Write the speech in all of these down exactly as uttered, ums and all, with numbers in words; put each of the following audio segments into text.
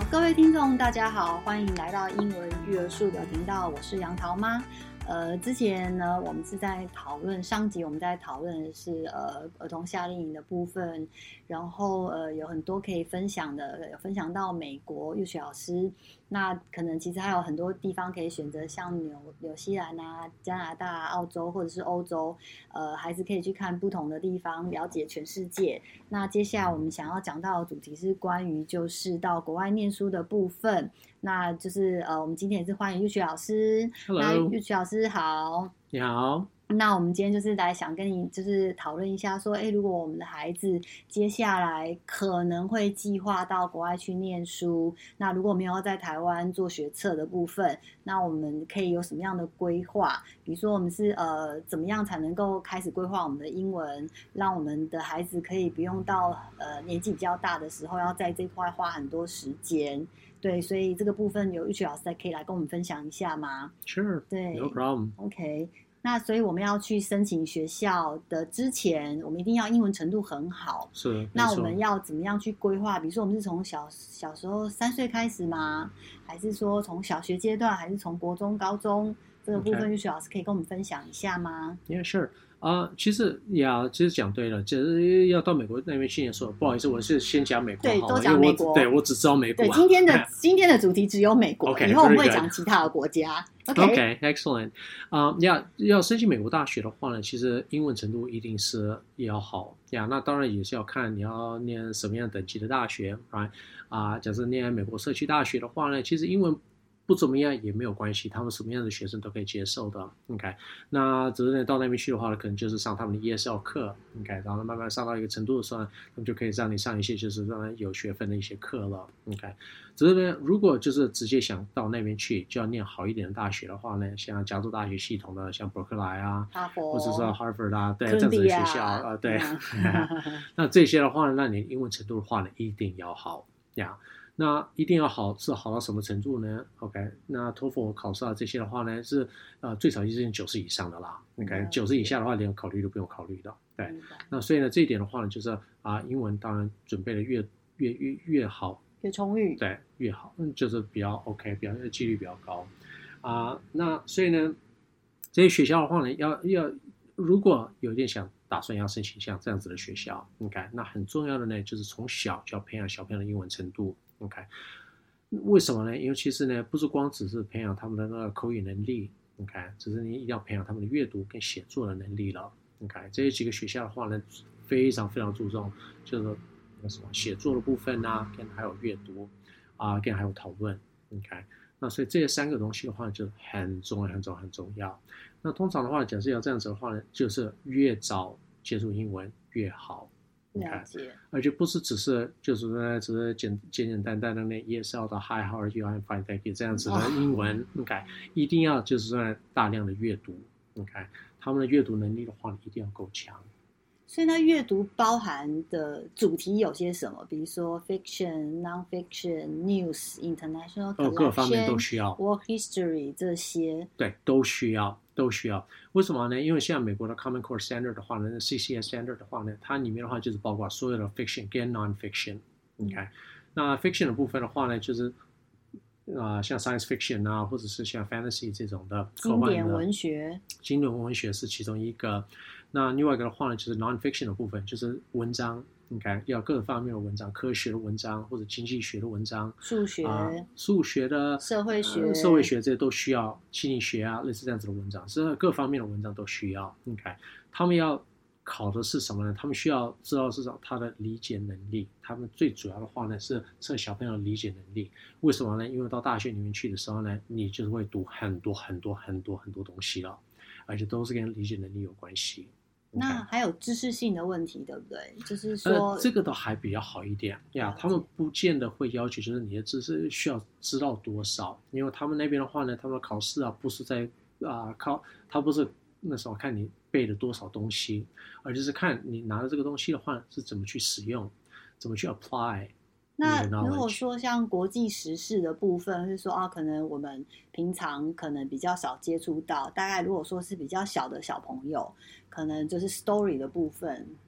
各位听众大家好，欢迎来到英文育儿树的频道，我是杨桃妈。呃，之前呢，我们是在讨论上集，我们在讨论的是呃儿童夏令营的部分，然后呃有很多可以分享的，有分享到美国幼学老师，那可能其实还有很多地方可以选择，像纽纽西兰啊、加拿大、澳洲或者是欧洲，呃，孩子可以去看不同的地方，了解全世界。那接下来我们想要讲到的主题是关于就是到国外念书的部分。那就是呃，我们今天也是欢迎玉曲老师。 Hello， 那玉曲老师好。 你好。 那我们今天就是来想跟你就是讨论一下说，哎，如果我们的孩子接下来可能会计划到国外去念书，那如果没有在台湾做学测的部分，那我们可以有什么样的规划？比如说我们是呃怎么样才能够开始规划我们的英文，让我们的孩子可以不用到呃年纪比较大的时候要在这块花很多时间。对，所以这个部分有玉曲老师可以来跟我们分享一下吗？ Sure， 对 no problem。 OK， 那所以我们要去申请学校的之前，我们一定要英文程度很好。 是， 那我们要怎么样去规划？比如说我们是从小小时候三岁开始吗？还是说从小学阶段，还是从国中、高中？这个部分玉曲老师可以跟我们分享一下吗？ Yeah, sure。啊、uh, 其实呀，其实讲对了，就是要到美国那边去念书。不好意思，我是先讲美国， 对， 好， 都讲美国。 我对我只知道美国。 对，今天的今天的主题只有美国， okay, 以后我们会讲其他的国家。OK， okay, excellent。啊、uh, 要要申请美国大学的话呢，其实英文程度一定是也要好呀。那当然也是要看你要念什么样等级的大学啊。啊，假设念美国社区大学的话呢，其实英文不怎么样也没有关系，他们什么样的学生都可以接受的。OK， 那只是到那边去的话呢，可能就是上他们的 E S L 课 ，OK， 然后慢慢上到一个程度的时候呢，他们就可以让你上一些就是让人有学分的一些课了。OK， 只是呢，如果就是直接想到那边去就要念好一点的大学的话呢，像加州大学系统的，像伯克莱啊， 哈佛， 或者是 Harvard 啊，对，这样子的学校啊、呃，对，那这些的话呢，那你英文程度的话呢，一定要好呀。那一定要好，是好到什么程度呢 ？OK， 那托福考试啊这些的话呢，是呃最少是九十以上的啦。OK， 九十以下的话连考虑都不用考虑的。对，那所以呢这一点的话呢，就是啊、呃、英文当然准备的越越越越好， 越充裕， 对，越好，嗯，就是比较 OK， 比较几率比较高啊、呃。那所以呢，这些学校的话呢，要要如果有点想打算要申请像这样子的学校 ，OK， 那很重要的呢，就是从小就要培养小朋友的英文程度。OK， 为什么呢？因为其实呢，不是光只是培养他们的那个口语能力 ，OK， 只是你一定要培养他们的阅读跟写作的能力了 ，OK。这几个学校的话呢，非常非常注重就是那什么写作的部分啊，跟还有阅读啊，跟还有讨论 ，OK。那所以这三个东西的话就很重要、很重要、很重要。那通常的话，假设要这样子的话呢，就是越早接触英文越好。 了解， 而且不是只是就是呢，只是简简简单单的那 E S L 的 Hi How are you I'm fine thank you 这样子的英文、哦、，OK， 一定要就是说大量的阅读 ，OK， 他们的阅读能力的话一定要够强。 所以那阅读包含的主题有些什么？比如说 fiction、non-fiction、news、international collection、 哦，各方面都需要 work history 这些， 对，都需要。都需要，为什么呢？因为像美国的 Common Core Standard 的话呢 ，C C S Standard 的话呢，它里面的话就是包括所有的 fiction 跟 non-fiction。OK，、嗯、那 fiction 的部分的话呢，就是啊、呃，像 science fiction 啊，或者是像 fantasy 这种的经典文学， 经典文学是其中一个。那另外一个的话呢，就是 non-fiction 的部分，就是文章。OK， 要各方面的文章，科学的文章或者经济学的文章， 数学、 啊、数学的、 社会学、 呃、社会学这些都需要，心理学啊，类似这样子的文章，是各方面的文章都需要。OK， 他们要考的是什么呢？他们需要知道是他的理解能力。他们最主要的话呢是测小朋友的理解能力。为什么呢？因为到大学里面去的时候呢，你就是会读很多很多很多很多东西了，而且都是跟理解能力有关系。 那还有知识性的问题，对不对？就是说、 呃、这个倒还比较好一点呀。他们不见得会要求就是你的知识需要知道多少，因为他们那边的话呢，他们的考试啊不是在啊、呃、考，他不是那时候看你背了多少东西，而就是看你拿的这个东西的话是怎么去使用，怎么去 apply。 那如果说像国际时事的部分，是说啊，可能我们平常可能比较少接触到，大概如果说是比较小的小朋友，可能就是 story 的部分，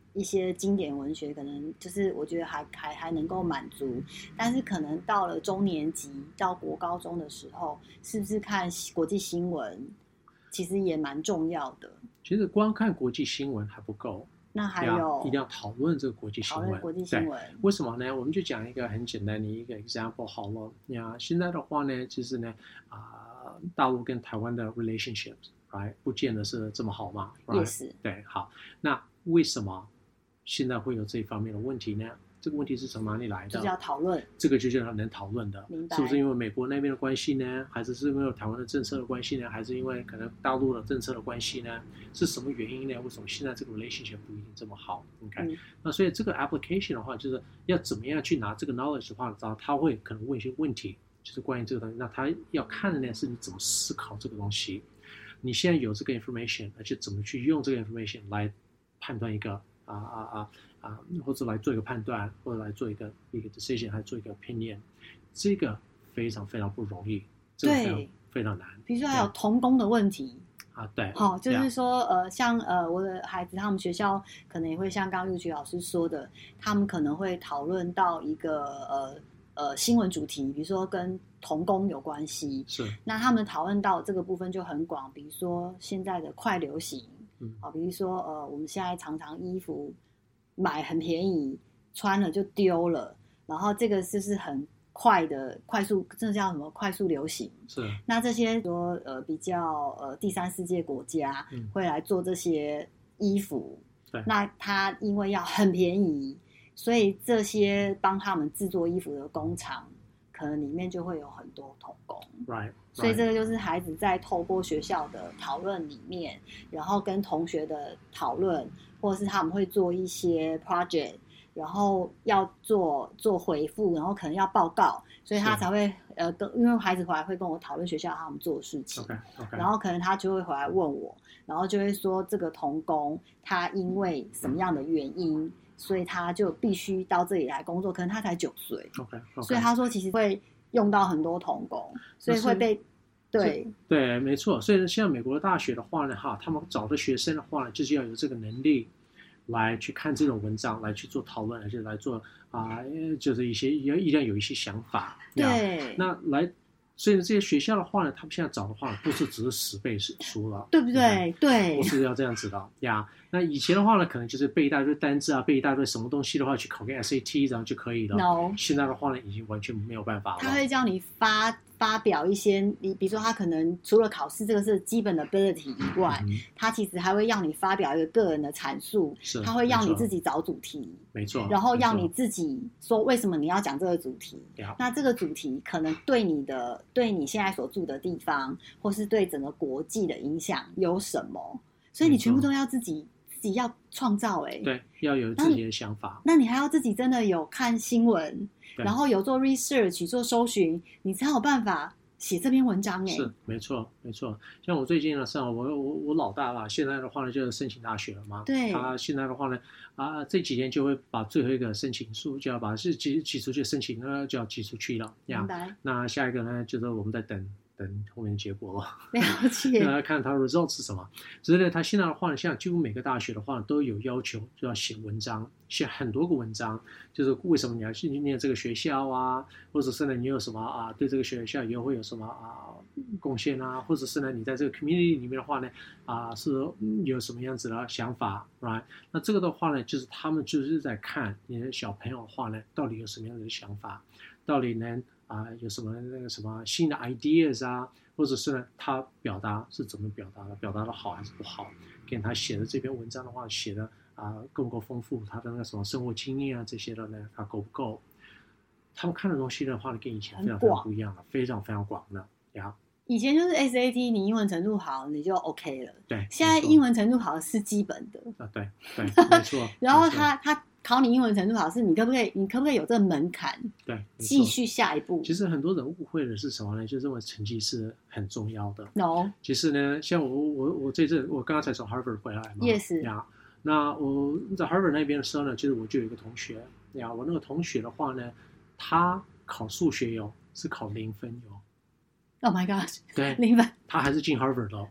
一些经典文学，可能就是我觉得还还还能够满足，但是可能到了中年级到国高中的时候，是不是看国际新闻，其实也蛮重要的。 其实光看国际新闻还不够， 那还有一定要讨论这个国际新闻。 讨论国际新闻， 为什么呢？我们就讲一个很简单的一个 example 好了。呀，现在的话呢，其实呢，啊、呃，大陆跟台湾的 relationships，right， 不见得是这么好嘛。 也是。 对，好，那为什么现在会有这一方面的问题呢？这个问题是从哪里来的？ 就是要讨论， 这个就是要能讨论的， 明白？ 是不是因为美国那边的关系呢？还是是因为台湾的政策的关系呢？还是因为可能大陆的政策的关系呢？是什么原因呢？为什么现在这个 relationship 不一定这么好？你看、嗯，那所以这个 application 的话，就是要怎么样去拿这个 knowledge 的话，然后他会可能问一些问题，就是关于这个东西。那他要看的呢，是你怎么思考这个东西。你现在有这个 information， 而且怎么去用这个 information 来判断一个啊啊啊。啊，或者来做一个判断，或者来做一个一个 decision， 还做一个 opinion， 这个非常非常不容易，这个非常非常难。 比如说还有童工的问题啊，对， 好、哦，就是说呃，像呃我的孩子他们学校可能也会像刚刚玉菊老师说的，他们可能会讨论到一个呃呃新闻主题，比如说跟童工有关系， 是， 那他们讨论到这个部分就很广，比如说现在的快流行，嗯，好、哦，比如说呃我们现在常常衣服买很便宜，穿了就丢了，然后这个就是很快的快速，这叫什么快速流行？ 是。 那这些说呃比较呃第三世界国家会来做这些衣服， 对、嗯， 那他因为要很便宜，所以这些帮他们制作衣服的工厂，可能里面就会有很多童工。 Right. 所以这个就是孩子在透过学校的讨论里面，然后跟同学的讨论，或者是他们会做一些 project， 然后要做做回复，然后可能要报告，所以他才会呃跟，因为孩子回来会跟我讨论学校他们做的事情， okay, okay. 然后可能他就会回来问我，然后就会说这个童工他因为什么样的原因，所以他就必须到这里来工作，可能他才九岁 okay, okay. 所以他说其实会用到很多童工，所以会被对对，没错。所以像美国的大学的话呢，哈，他们找的学生的话呢，就是要有这个能力来去看这种文章，来去做讨论，而且来做啊、呃，就是一些要一定要有一些想法。 对， 那来，所以这些学校的话呢，他们现在找的话，不是只是死背书了， 对不对？对， 不是要这样子的呀。那以前的话呢，可能就是背一大堆单字啊，背一大堆什么东西的话，去考个 S A T 然后就可以了。 No， 现在的话呢，已经完全没有办法了。 他会叫你发发表一些，你比如说他可能除了考试这个是基本的 ability 以外，嗯、他其实还会要你发表一个个人的阐述， 是他会要你自己找主题， 没错， 然后要你自己说为什么你要讲这个主题。那这个主题可能对你的对你现在所住的地方，或是对整个国际的影响有什么，所以你全部都要自己。自己要创造哎、欸， 对，要有自己的想法。 那你还要自己真的有看新闻，然后有做 research 做搜寻，你才有办法写这篇文章哎、欸。 是，没错，没错。像我最近呢，像我我我老大啦，现在的话呢就是申请大学了嘛。 对。 他现在的话呢，啊，这几天就会把最后一个申请书就要把是寄寄出去申请呢，就要寄出去了。 明白。 那下一个呢，就是我们在等。等后面结果了， 了解。 那看他 result 是什么。只是呢，他现在的话呢，像几乎每个大学的话都有要求，就要写文章，写很多个文章，就是为什么你要去念这个学校啊，或者是呢你有什么啊对这个学校以后会有什么啊贡献啊，或者是呢你在这个 community 里面的话呢啊是有什么样子的想法 ，right？ 那这个的话呢，就是他们就是在看你的小朋友的话呢，到底有什么样的想法，到底能。啊，有什么那个什么新的 ideas 啊，或者是呢，他表达是怎么表达的，表达的好还是不好？跟他写的这篇文章的话，写的啊够不够丰富？他的那个什么生活经验啊这些的呢，他够不够？他们看的东西的话呢，跟以前非常非常不一样了，非常非常广的呀。 以前就是 S A T， 你英文程度好，你就 OK 了。 对， 现在英文程度好是基本的。 啊，对对，没错。 然后他他。考你英文程度好是你可不可以你可不可以有这个门槛， 对， 继续下一步。 其实很多人误会的是什么呢？就认为成绩是很重要的。 No， 其实呢，像我我我这阵我刚刚才从 Harvard 回来嘛 ，Yes 呀。那我在 Harvard 那边的时候呢，就是我就有一个同学呀，我那个同学的话呢，他考数学哟是考零分哟。 Oh my god！ 对， 零分， 他还是进 Harvard 了。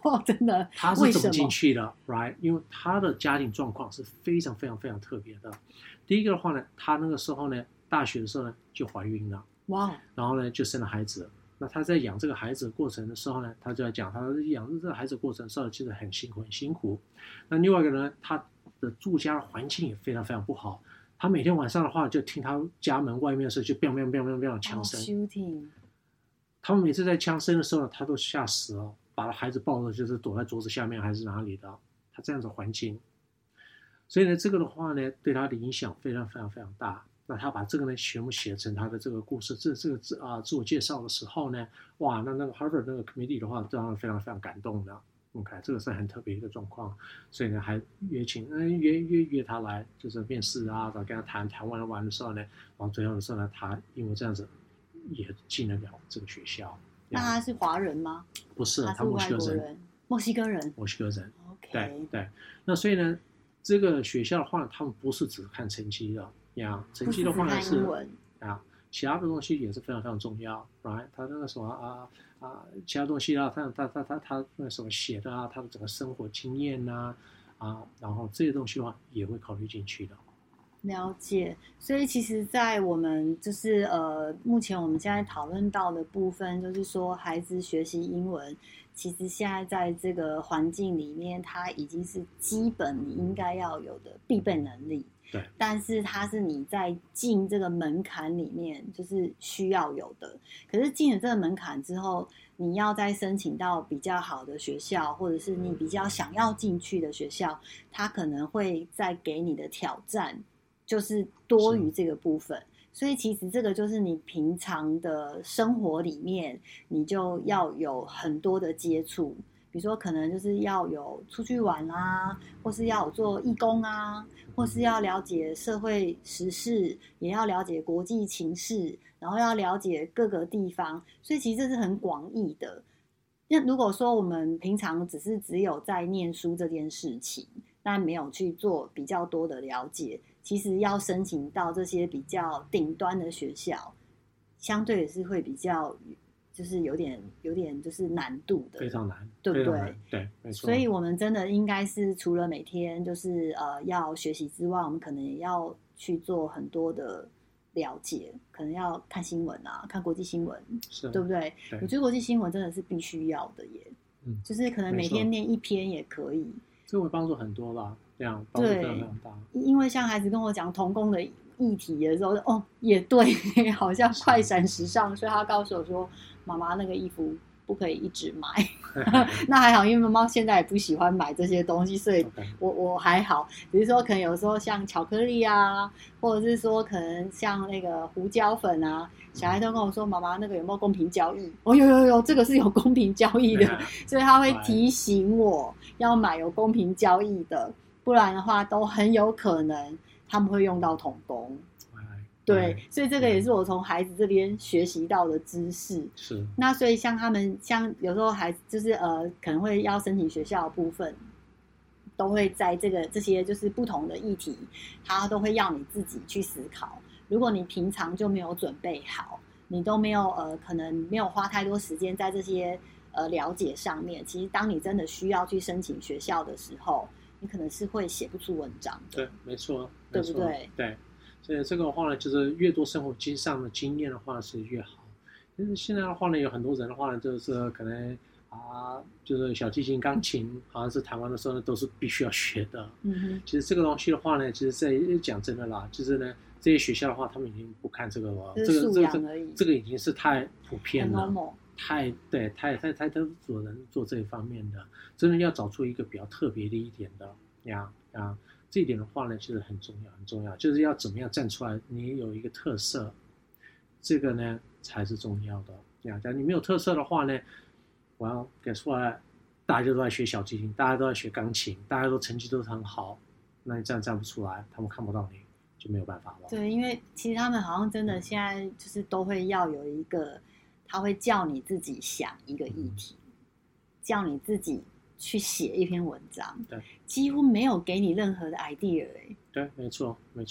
哦，真的？ 他是怎么为什么进去的 ？Right？ 因为他的家庭状况是非常非常非常特别的。第一个的话呢，他那个时候呢，大学的时候呢就怀孕了， 哇， 然后呢就生了孩子。那他在养这个孩子的过程的时候呢，他就在讲他养这个孩子的过程的时候其实很辛苦很辛苦。那另外一个呢，他的住家的环境也非常非常不好。他每天晚上的话就听他家门外面的时候就 biang biang biang biang biang 枪声。 Oh, shooting。 他们每次在枪声的时候呢，他都吓死了，把孩子抱着就是躲在桌子下面还是哪里的。他这样的环境，所以呢，这个的话呢，对他的影响非常非常非常大。那他把这个呢全部写成他的这个故事，这这个自啊、呃、自我介绍的时候呢，哇，那那个 Harvard 那个 committee 的话，当然非常非常感动的。OK， 这个是很特别一个状况，所以呢还约请，嗯约约约他来，就是面试啊，然后跟他谈谈完完的时候呢，然后最后的时候呢，他因为这样子也进了这个学校。 那他是华人吗？ 不是， 他是墨西哥人。 墨西哥人。 墨西哥人。 OK。 对对，那所以呢，这个学校的话，他们不是只看成绩的呀，成绩的话呢是啊，其他的东西也是非常非常重要 ，right？ 他那个什么啊啊，其他东西啊，他他他他他那什么写的啊，他的整个生活经验呐 啊, 啊，然后这些东西的话也会考虑进去的。 了解，所以其实，在我们就是呃，目前我们现在讨论到的部分，就是说孩子学习英文，其实现在在这个环境里面，它已经是基本你应该要有的必备能力。 对， 但是它是你在进这个门槛里面就是需要有的。可是进了这个门槛之后，你要再申请到比较好的学校，或者是你比较想要进去的学校，它可能会再给你的挑战就是多于这个部分。所以其实这个就是你平常的生活里面，你就要有很多的接触。比如说可能就是要有出去玩啊，或是要有做义工啊，或是要了解社会时事，也要了解国际情势，然后要了解各个地方，所以其实这是很广义的。那如果说我们平常只是只有在念书这件事情，但没有去做比较多的了解，其实要申请到这些比较顶端的学校，相对也是会比较就是有点有点就是难度的， 非常难， 对不对？ 对，没错。 所以我们真的应该是除了每天就是呃要学习之外，我们可能也要去做很多的了解，可能要看新闻啊，看国际新闻，对不对？ 对， 我觉得国际新闻真的是必须要的耶，嗯，就是可能每天念一篇也可以， 这会帮助很多啦，这样帮助非常非常大。 因为像孩子跟我讲童工的议题的时候，哦，也对，好像快闪时尚，所以他告诉我说，妈妈那个衣服不可以一直买。那还好，因为妈妈现在也不喜欢买这些东西，所以我我还好。只是说可能有时候像巧克力啊，或者是说可能像那个胡椒粉啊，小孩都跟我说，妈妈那个有没有公平交易？哦，有有有，这个是有公平交易的，所以他会提醒我要买有公平交易的，不然的话都很有可能他们会用到童工。对，所以这个也是我从孩子这边学习到的知识。 是。 那所以像他们，像有时候孩子就是呃，可能会要申请学校的部分，都会在这个这些就是不同的议题，他都会要你自己去思考。如果你平常就没有准备好，你都没有呃，可能没有花太多时间在这些呃了解上面，其实当你真的需要去申请学校的时候，你可能是会写不出文章的。 对，没错， 对不对？ 对。所以这个的话呢，就是越多生活经上的经验的话是越好。但是现在的话呢，有很多人的话呢，就是可能啊，就是小提琴、钢琴，好像是台湾的时候呢，都是必须要学的。 嗯哼。 其实这个东西的话呢，其实在讲真的啦，就是呢，这些学校的话，他们已经不看这个了， 这个素养而已。 这个已经是太普遍了， 很太对，太太太多人做这一方面的，真的要找出一个比较特别的一点的呀呀。这一点的话呢，其实很重要，很重要，就是要怎么样站出来，你有一个特色，这个呢才是重要的。这样，假如你没有特色的话呢，我要给出来，大家都在学小提琴，大家都在学钢琴，大家都成绩都很好，那你这样站不出来，他们看不到你，就没有办法了。 对，因为其实他们好像真的现在就是都会要有一个，他会叫你自己想一个议题，嗯、叫你自己去写一篇文章， 对， 几乎没有给你任何的 idea 哎、欸。 对，没错，没错。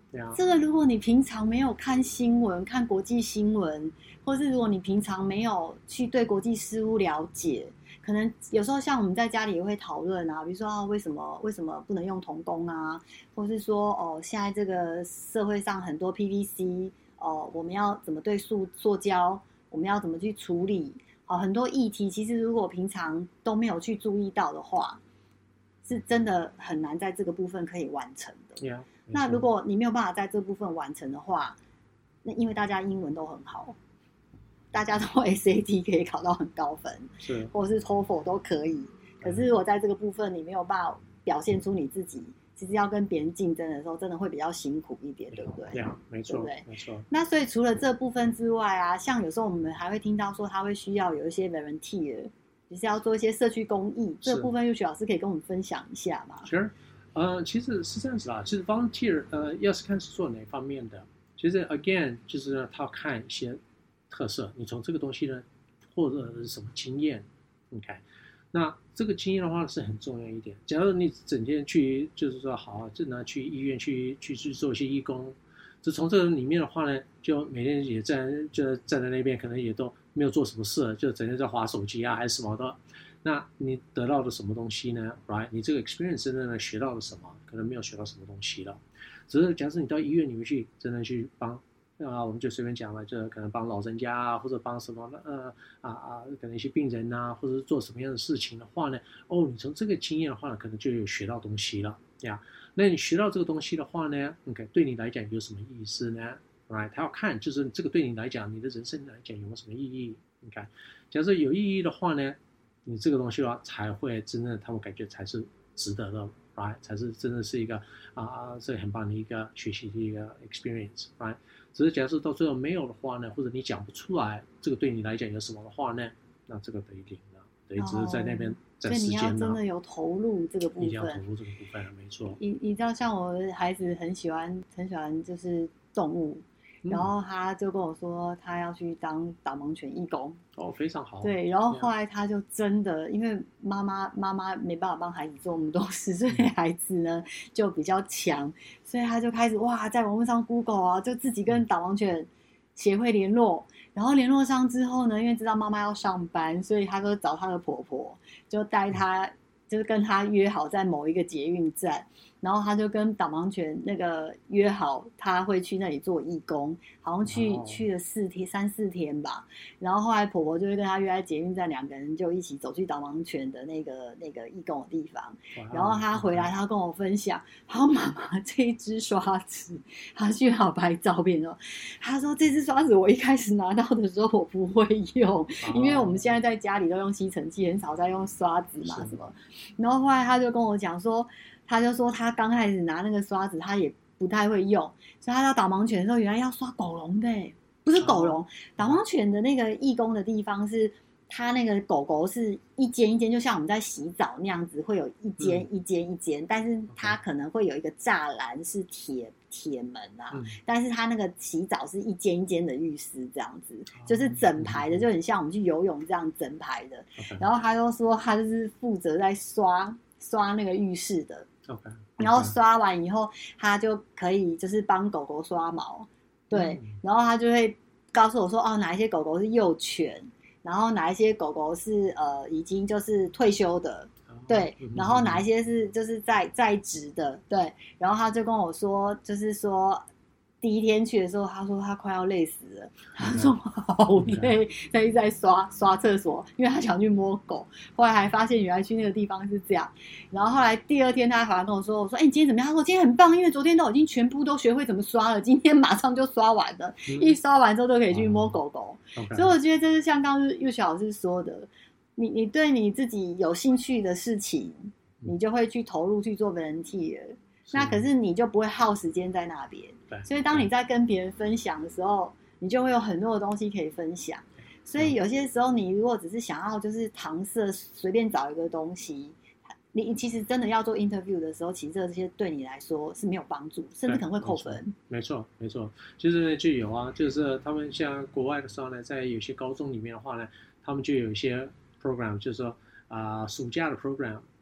yeah. 这个如果你平常没有看新闻，看国际新闻，或是如果你平常没有去对国际事务了解，可能有时候像我们在家里也会讨论啊，比如说、啊、为什么为什么不能用童工啊，或是说哦现在这个社会上很多 P V C 哦，我们要怎么对塑塑胶，我们要怎么去处理，哦很多议题其实如果平常都没有去注意到的话，是真的很难在这个部分可以完成的。 Yeah. 那如果你没有办法在这部分完成的话，那因为大家英文都很好，大家都 S A T 可以考到很高分， 是， 或者是 TOEFL 都可以。可是如果在这个部分你没有办法表现出你自己，其实要跟别人竞争的时候，真的会比较辛苦一点，对不对？ 对啊，没错，对没错。 那所以除了这部分之外啊，像有时候我们还会听到说，他会需要有一些 volunteer， 就是要做一些社区公益，这个部分佑许老师可以跟我们分享一下吗？ Sure。呃，其实是这样子啦。其实 volunteer， 呃，要是看是做哪方面的，其实 again 就是呢，他要看一些特色，你从这个东西呢，或者是什么经验 ，OK， 那这个经验的话是很重要一点。假如你整天去，就是说好，就拿去医院去去去做一些义工，就从这个里面的话呢，就每天也站就站在那边，可能也都没有做什么事，就整天在滑手机啊，还是什么的。那你得到的什么东西呢 ？Right？ 你这个 experience 真正的学到了什么？可能没有学到什么东西了。只是假设你到医院里面去，真的去帮啊，我们就随便讲了，就可能帮老人家啊，或者帮什么呃啊啊，可能一些病人啊，或者是做什么样的事情的话呢？哦，你从这个经验的话呢，可能就有学到东西了呀。那你学到这个东西的话呢 ，OK， 对你来讲有什么意思呢 ？Right？ 他要看就是这个对你来讲，你的人生来讲有没有什么意义？你看，假设有意义的话呢？你这个东西的话，才会真正他们感觉才是值得的 ，right？ 才是真的是一个啊，这很棒的一个学习的一个 experience，right？ 只是假设到最后没有的话呢，或者你讲不出来，这个对你来讲有什么的话呢，那这个等于零了，等于只是在那边在时间呢。 所以你要真的有投入这个部分， 一定要投入这个部分，没错。 你你知道，像我的孩子很喜欢很喜欢就是动物。然后他就跟我说，他要去当导盲犬义工。 哦，非常好。 对，然后后来他就真的，因为妈妈妈妈没办法帮孩子做那么多事，所以孩子呢就比较强，所以他就开始哇，在网络上 Google 啊，就自己跟导盲犬协会联络。然后联络上之后呢，因为知道妈妈要上班，所以他就找他的婆婆，就带他，就是跟他约好在某一个捷运站。然后他就跟导盲犬那个约好，他会去那里做义工，好像去、oh. 去了四天三四天吧。然后后来婆婆就会跟他约在捷运站，两个人就一起走去导盲犬的那个那个义工的地方。Wow. 然后他回来，他跟我分享，他说妈妈这一支刷子，他去好拍照片哦。他说这支刷子我一开始拿到的时候我不会用， oh. 因为我们现在在家里都用吸尘器，很少在用刷子嘛什么。然后后来他就跟我讲说。他就说他刚开始拿那个刷子，他也不太会用，所以他到导盲犬的时候，原来要刷狗笼的，不是狗笼。导盲犬的那个义工的地方是，他那个狗狗是一间一间，就像我们在洗澡那样子，会有一间一间一间，但是它可能会有一个栅栏是铁铁门啊，嗯、但是它那个洗澡是一间一间的浴室这样子，就是整排的，就很像我们去游泳这样整排的。然後他就說他就是負責在刷刷那個浴室的。 Okay, okay. 然后刷完以后，他就可以就是帮狗狗刷毛，对，嗯、然后他就会告诉我说，哦，哪一些狗狗是幼犬，然后哪一些狗狗是呃已经就是退休的，对，嗯、然后哪一些是就是在在职的，对，然后他就跟我说，就是说。第一天去的时候，他说他快要累死了，他说好累，他一直在刷刷厕所，因为他想去摸狗。后来还发现原来去那个地方是这样。然后后来第二天他好像跟我说，我说哎、欸，你今天怎么样？他说今天很棒，因为昨天都已经全部都学会怎么刷了，今天马上就刷完了，嗯、一刷完之后就可以去摸狗狗。嗯 okay. 所以我觉得这是像刚刚佑许老师说的，你你对你自己有兴趣的事情，你就会去投入去做 volunteer。那可是你就不会耗时间在那边，所以当你在跟别人分享的时候，你就会有很多的东西可以分享。所以有些时候你如果只是想要就是搪塞随便找一个东西，你其实真的要做 interview 的时候，其实这些对你来说是没有帮助，甚至可能会扣分。 没错没错，其实呢就有啊，就是他们像国外的时候呢，在有些高中里面的话呢，他们就有一些 program， 就是说啊、呃、暑假的 program。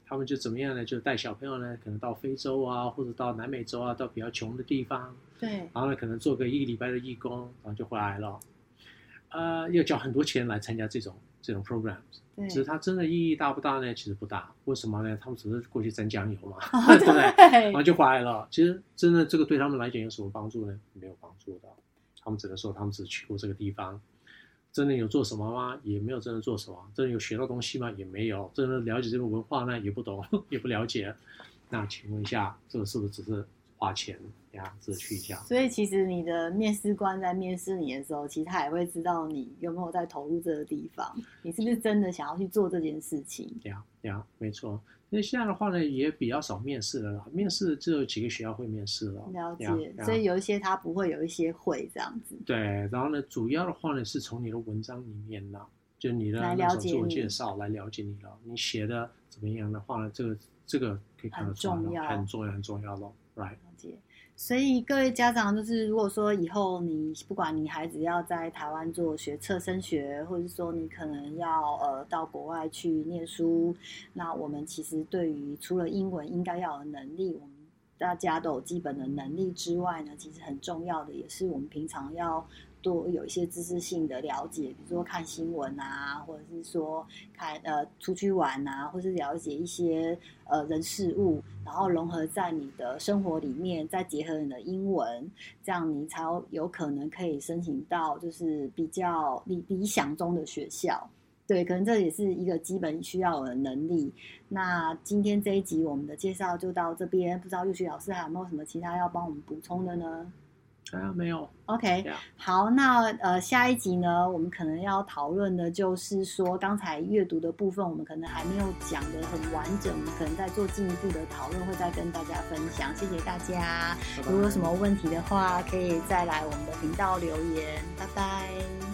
他们就怎么样呢？就带小朋友呢，可能到非洲啊，或者到南美洲啊，到比较穷的地方， 对， 然后呢，可能做个一个礼拜的义工，然后就回来了。呃，要交很多钱来参加这种这种 programs， 对， 只是它真的意义大不大呢？其实不大。为什么呢？他们只是过去沾酱油嘛， 哦、 对不对？然后就回来了。其实真的这个对他们来讲有什么帮助呢？没有帮助的。他们只能说他们只去过这个地方。真的有做什么吗？也没有真的做什么。真的有学到东西吗？也没有。真的了解这个文化呢？也不懂，也不了解。那请问一下，这个是不是只是花钱呀，只是去一下？ 所以其实你的面试官在面试你的时候，其实他也会知道你有没有在投入这个地方，你是不是真的想要去做这件事情？ 呀呀，没错。那现在的话呢，也比较少面试了啦。面试只有几个学校会面试了。 了解，所以有一些他不会，有一些会这样子。 对，然后呢，主要的话呢是从你的文章里面呢，就你的来了解你自我介绍来了解你了。你写的怎么样的话呢，这个这个可以看得出来， 很重要， 很重要，很重要咯。Right。 了解。所以各位家长，就是如果说以后你不管你孩子要在台湾做学测升学，或者是说你可能要呃到国外去念书，那我们其实对于除了英文应该要有能力，我们大家都有基本的能力之外呢，其实很重要的也是我们平常要多有一些知识性的了解，比如说看新闻啊，或者是说看呃出去玩啊，或是了解一些呃人事物，然后融合在你的生活里面，再结合你的英文，这样你才有可能可以申请到就是比较理理想中的学校。对，可能这也是一个基本需要的能力。那今天这一集我们的介绍就到这边，不知道玉旭老师还有没有什么其他要帮我们补充的呢？ 啊，没有。 OK， yeah. 好，那呃下一集呢，我们可能要讨论的就是说，刚才阅读的部分，我们可能还没有讲得很完整，我们可能在做进一步的讨论，会再跟大家分享。谢谢大家， bye bye. 如果有什么问题的话，可以再来我们的频道留言，拜拜。